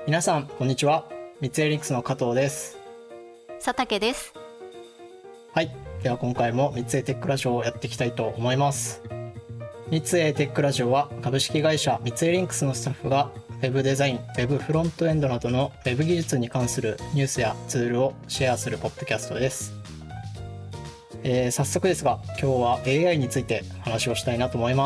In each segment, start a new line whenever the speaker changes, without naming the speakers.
皆さんこんにちは。三井リンクスの加藤です。
佐竹です。
はい、では今回も三井テックラジオをやっていきたいと思います。三井テックラジオは株式会社三井リンクスのスタッフが Web デザイン、Web フロントエンドなどの Web 技術に関するニュースやツールをシェアするポッドキャストです。早速ですが今日は AI について話をしたいなと思います。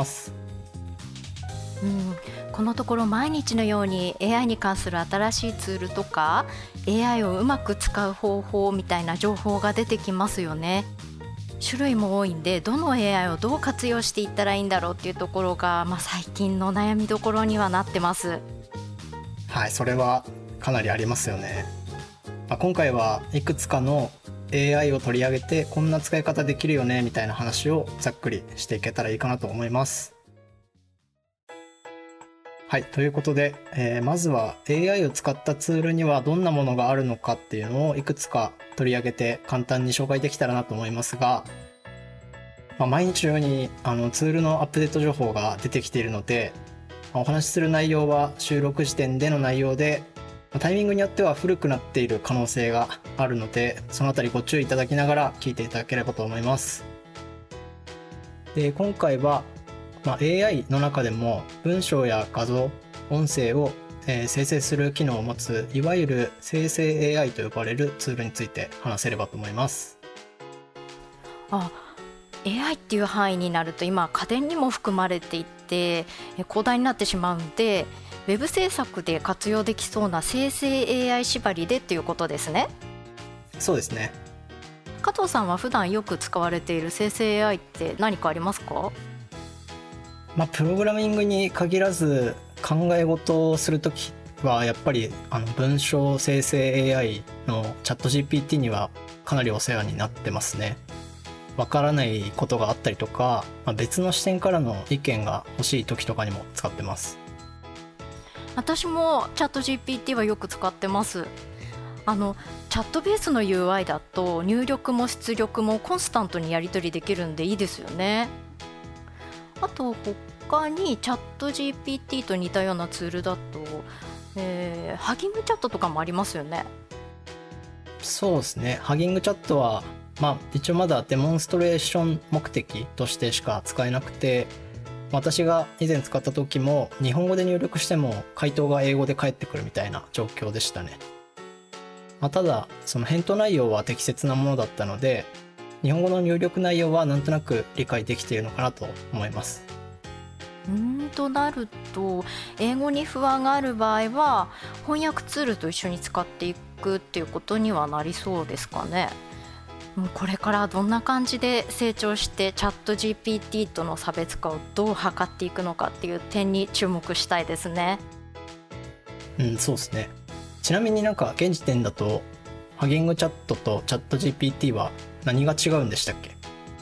このところ毎日のように AI に関する新しいツールとか AI をうまく使う方法みたいな情報が出てきますよね。種類も多いんでどの AI をどう活用していったらいいんだろうっていうところが、最近の悩みどころにはなってます。
はい、それはかなりありますよね。今回はいくつかの AI を取り上げてこんな使い方できるよねみたいな話をざっくりしていけたらいいかなと思います。はい、ということで、まずは AI を使ったツールにはどんなものがあるのかっていうのをいくつか取り上げて簡単に紹介できたらなと思いますが、毎日のようにツールのアップデート情報が出てきているので、お話しする内容は収録時点での内容で、タイミングによっては古くなっている可能性があるので、そのあたりご注意いただきながら聞いていただければと思います。で、今回はAI の中でも文章や画像、音声を生成する機能を持ついわゆる生成 AI と呼ばれるツールについて話せればと思います。
AI っていう範囲になると今家電にも含まれていて広大になってしまうので、ウェブ制作で活用できそうな生成 AI 縛りでっていうことですね。
そうですね。
加藤さんは普段よく使われている生成 AI って何かありますか？
プログラミングに限らず考え事をするときはやっぱり文章生成 AI のチャット GPT にはかなりお世話になってますね。わからないことがあったりとか、別の視点からの意見が欲しい時とかにも使ってます。
私もチャット GPT はよく使ってます。チャットベースの UI だと入力も出力もコンスタントにやり取りできるんでいいですよね。あと他にチャット GPT と似たようなツールだと、ハギングチャットとかもありますよね。
そうですね。ハギングチャットは一応まだデモンストレーション目的としてしか使えなくて、私が以前使った時も日本語で入力しても回答が英語で返ってくるみたいな状況でしたね。ただその返答内容は適切なものだったので、日本語の入力内容はなんとなく理解できているのかなと思います。
となると英語に不安がある場合は翻訳ツールと一緒に使っていくっていうことにはなりそうですかね。これからどんな感じで成長してチャット GPT との差別化をどう図っていくのかっていう点に注目したいですね。
そうですね。ちなみに現時点だとハギングチャットとチャット GPT は何が違うんでしたっけ？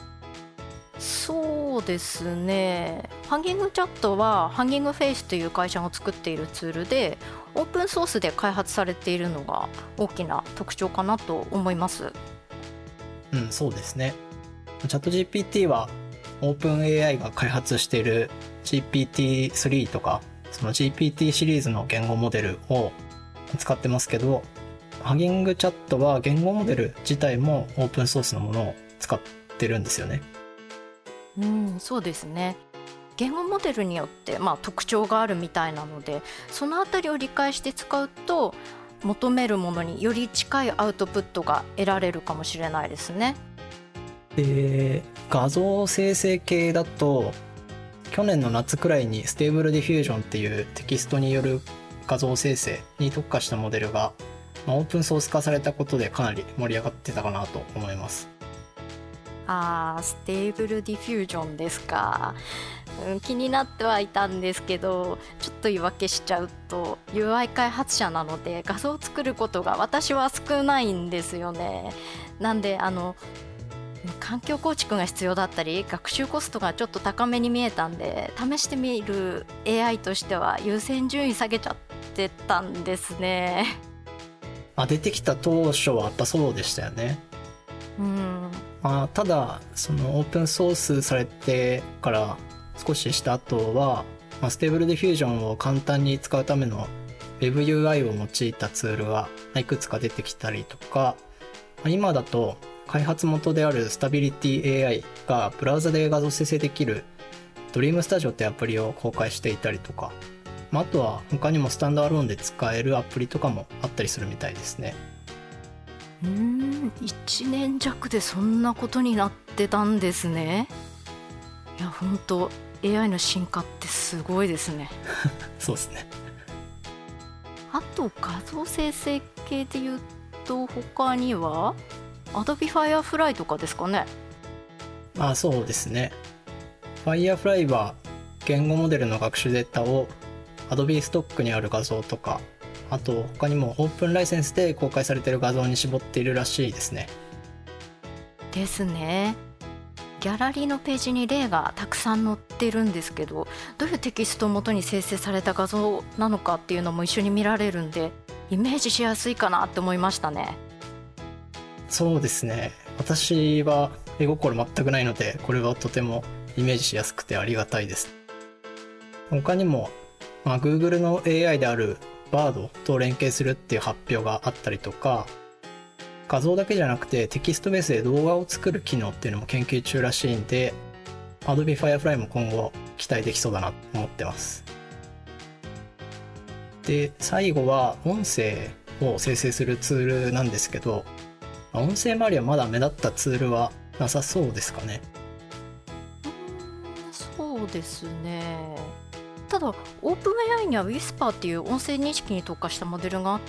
そうですね。ハギングチャットはハギングフェイスという会社が作っているツールでオープンソースで開発されているのが大きな特徴かなと思います。
そうですね。チャット GPT はオープン AI が開発している GPT-3 とかその GPT シリーズの言語モデルを使ってますけど、ハギングチャットは言語モデル自体もオープンソースのものを使ってるんですよね。
そうですね。言語モデルによって特徴があるみたいなので、そのあたりを理解して使うと求めるものにより近いアウトプットが得られるかもしれないですね。
で、画像生成系だと去年の夏くらいにステーブルディフュージョンっていうテキストによる画像生成に特化したモデルがオープンソース化されたことでかなり盛り上がってたかなと思います。
ステーブルディフュージョンですか。気になってはいたんですけど、ちょっと言い訳しちゃうと UI 開発者なので画像を作ることが私は少ないんですよね。なんで環境構築が必要だったり学習コストがちょっと高めに見えたんで、試してみる AI としては優先順位下げちゃってたんですね。
出てきた当初はやっぱそうでしたよね。ただそのオープンソースされてから少しした後は、ステーブルディフュージョンを簡単に使うための WebUI を用いたツールがいくつか出てきたりとか、今だと開発元であるスタビリティ AI がブラウザで画像生成できる Dream Studio ってアプリを公開していたりとか、あとは他にもスタンドアローンで使えるアプリとかもあったりするみたいですね。
1年弱でそんなことになってたんですね。いや本当 AI の進化ってすごいですね。
そうですね。
あと画像生成系で言うと他には Adobe Firefly とかですかね。
そうですね。Firefly は言語モデルの学習データを Adobe ストックにある画像とか、あと他にもオープンライセンスで公開されている画像に絞っているらしいですね。
ですね。ギャラリーのページに例がたくさん載ってるんですけど、どういうテキストを元に生成された画像なのかっていうのも一緒に見られるんで、イメージしやすいかなって思いましたね。
そうですね。私は絵心全くないので、これはとてもイメージしやすくてありがたいです。他にも、Google の AI である Bard と連携するっていう発表があったりとか、画像だけじゃなくてテキストベースで動画を作る機能っていうのも研究中らしいんで、 Adobe Firefly も今後期待できそうだなと思ってます。で、最後は音声を生成するツールなんですけど、音声周りはまだ目立ったツールはなさそうですかね。
そうですね。ただ OpenAI には Whisper っていう音声認識に特化したモデルがあって、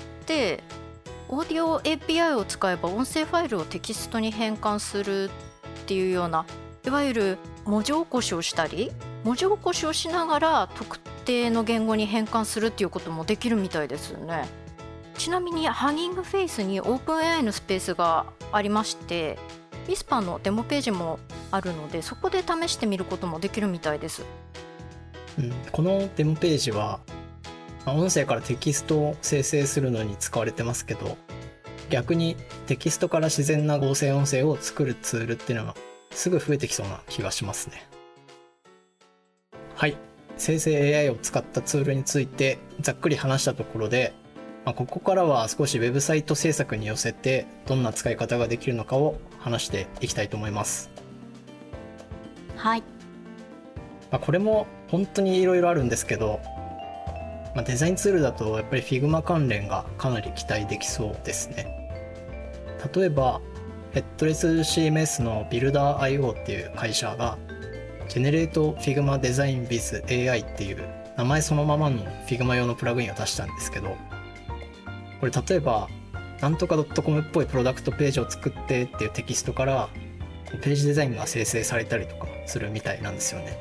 オーディオ API を使えば音声ファイルをテキストに変換するっていうような、いわゆる文字起こしをしたり、文字起こしをしながら特定の言語に変換するっていうこともできるみたいですね。ちなみにハギングフェイスに OpenAI のスペースがありまして、Whisper のデモページもあるので、そこで試してみることもできるみたいです。
このデモページは音声からテキストを生成するのに使われてますけど、逆にテキストから自然な合成音声を作るツールっていうのはすぐ増えてきそうな気がしますね。はい、生成 AI を使ったツールについてざっくり話したところで、ここからは少しウェブサイト制作に寄せてどんな使い方ができるのかを話していきたいと思います。
はい。
これも本当にいろいろあるんですけど、デザインツールだとやっぱり Figma 関連がかなり期待できそうですね。例えばヘッドレス CMS の Builder.io っていう会社が Generate Figma Design with AI っていう名前そのままの Figma 用のプラグインを出したんですけど、これ例えばなんとか .com っぽいプロダクトページを作ってっていうテキストからページデザインが生成されたりとかするみたいなんですよね。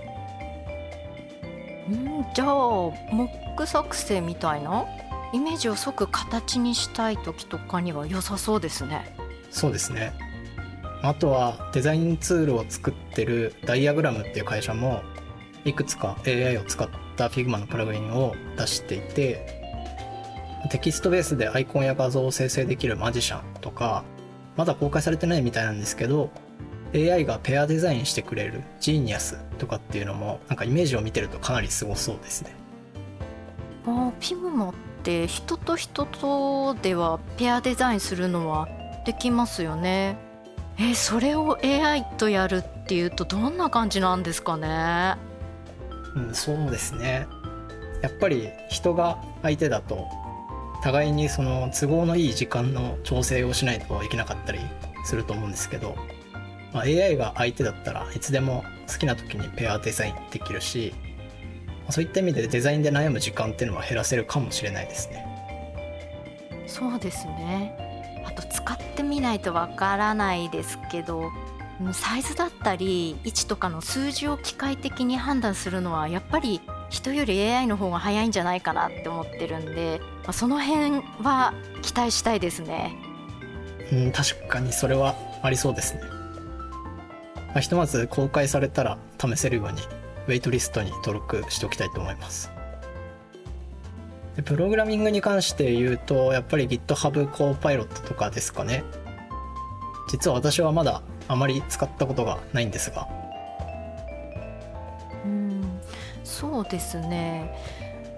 じゃあモック作成みたいなイメージを即形にしたい時とかには良さそうですね。
そうですね。あとはデザインツールを作ってるダイアグラムっていう会社もいくつか AI を使った Figma のプラグインを出していて、テキストベースでアイコンや画像を生成できるマジシャンとか、まだ公開されてないみたいなんですけど AI がペアデザインしてくれるジーニアスとかっていうのもなんかイメージを見てるとかなりすごそうですね。
Figma って人と人とではペアデザインするのはできますよね。それを AI とやるっていうとどんな感じなんですかね。
そうですね。やっぱり人が相手だと互いにその都合のいい時間の調整をしないといけなかったりすると思うんですけど、AI が相手だったらいつでも好きな時にペアデザインできるし、そういった意味でデザインで悩む時間っていうのは減らせるかもしれないですね。
そうですね。あと使ってみないとわからないですけど、サイズだったり位置とかの数字を機械的に判断するのはやっぱり人より AI の方が早いんじゃないかなって思ってるんで、その辺は期待したいですね。
確かにそれはありそうですね。ひとまず公開されたら試せるようにウェイトリストに登録しておきたいと思います。でプログラミングに関して言うとやっぱり GitHub Copilot とかですかね。実は私はまだあまり使ったことがないんですが。
そうですね。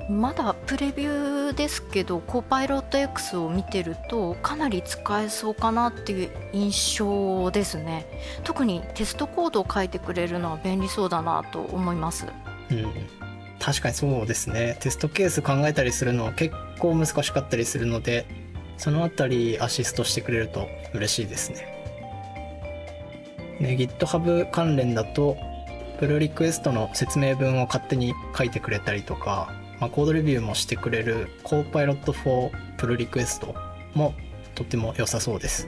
まだプレビューですけど、コパイロット X を見てるとかなり使えそうかなっていう印象ですね。特にテストコードを書いてくれるのは便利そうだなと思います。
確かにそうですね。テストケース考えたりするのは結構難しかったりするので、そのあたりアシストしてくれると嬉しいですね。GitHub 関連だとプルリクエストの説明文を勝手に書いてくれたりとか、コードレビューもしてくれる Copilot for プルリクエストもとっても良さそうです。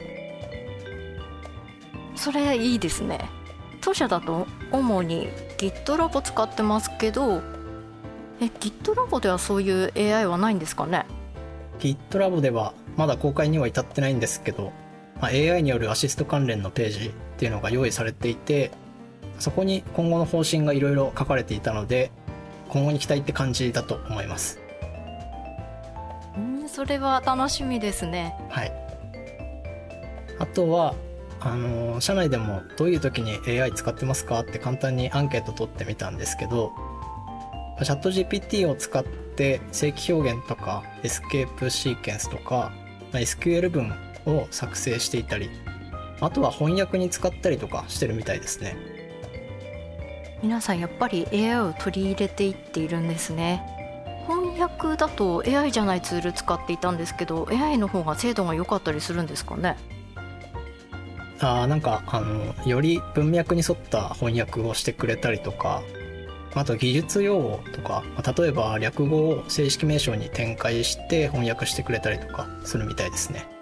それいいですね。当社だと主に GitLab 使ってますけど、GitLab ではそういう AI はないんですかね。
GitLab ではまだ公開には至ってないんですけど、AI によるアシスト関連のページっていうのが用意されていて、そこに今後の方針がいろいろ書かれていたので、今後に期待って感じだと思います。
それは楽しみですね。
はい。あとは社内でもどういう時に AI 使ってますかって簡単にアンケート取ってみたんですけど、チャット GPT を使って正規表現とかエスケープシーケンスとか SQL 文を作成していたり、あとは翻訳に使ったりとかしてるみたいですね。
皆さんやっぱり AI を取り入れていっているんですね。翻訳だと AI じゃないツール使っていたんですけど、 AI の方が精度が良かったりするんですかね。
なんかより文脈に沿った翻訳をしてくれたりとか、あと技術用語とか、例えば略語を正式名称に展開して翻訳してくれたりとかするみたいですね。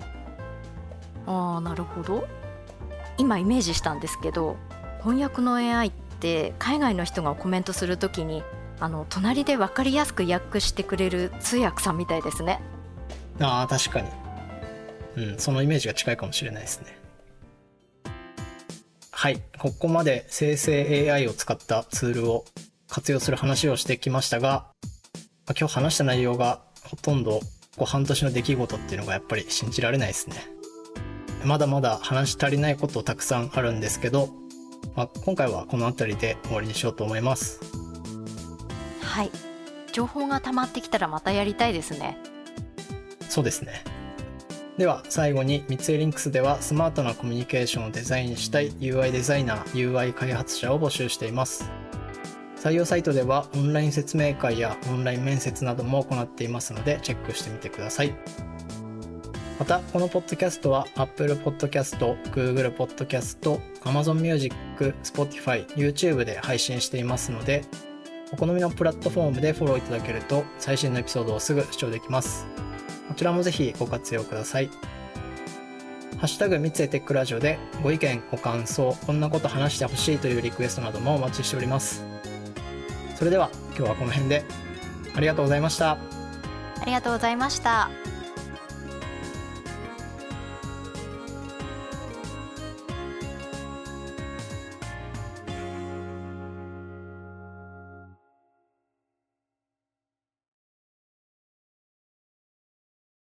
なるほど。今イメージしたんですけど、翻訳の AI って海外の人がコメントするときに隣で分かりやすく訳してくれる通訳さんみたいですね。
確かに、そのイメージが近いかもしれないですね。はい、ここまで生成 AI を使ったツールを活用する話をしてきましたが、今日話した内容がほとんど半年の出来事っていうのがやっぱり信じられないですね。まだまだ話し足りないことたくさんあるんですけど、今回はこの辺りで終わりにしようと思います。
はい、情報が溜まってきたらまたやりたいですね。
そうですね。では最後に三井リンクスではスマートなコミュニケーションをデザインしたい UI デザイナー、UI 開発者を募集しています。採用サイトではオンライン説明会やオンライン面接なども行っていますのでチェックしてみてください。またこのポッドキャストは Apple Podcast、Google Podcast、Amazon Music、Spotify、YouTube で配信していますので、お好みのプラットフォームでフォローいただけると最新のエピソードをすぐ視聴できます。こちらもぜひご活用ください。ハッシュタグ三井テックラジオでご意見ご感想、こんなこと話してほしいというリクエストなどもお待ちしております。それでは今日はこの辺で、ありがとうございました。
ありがとうございました。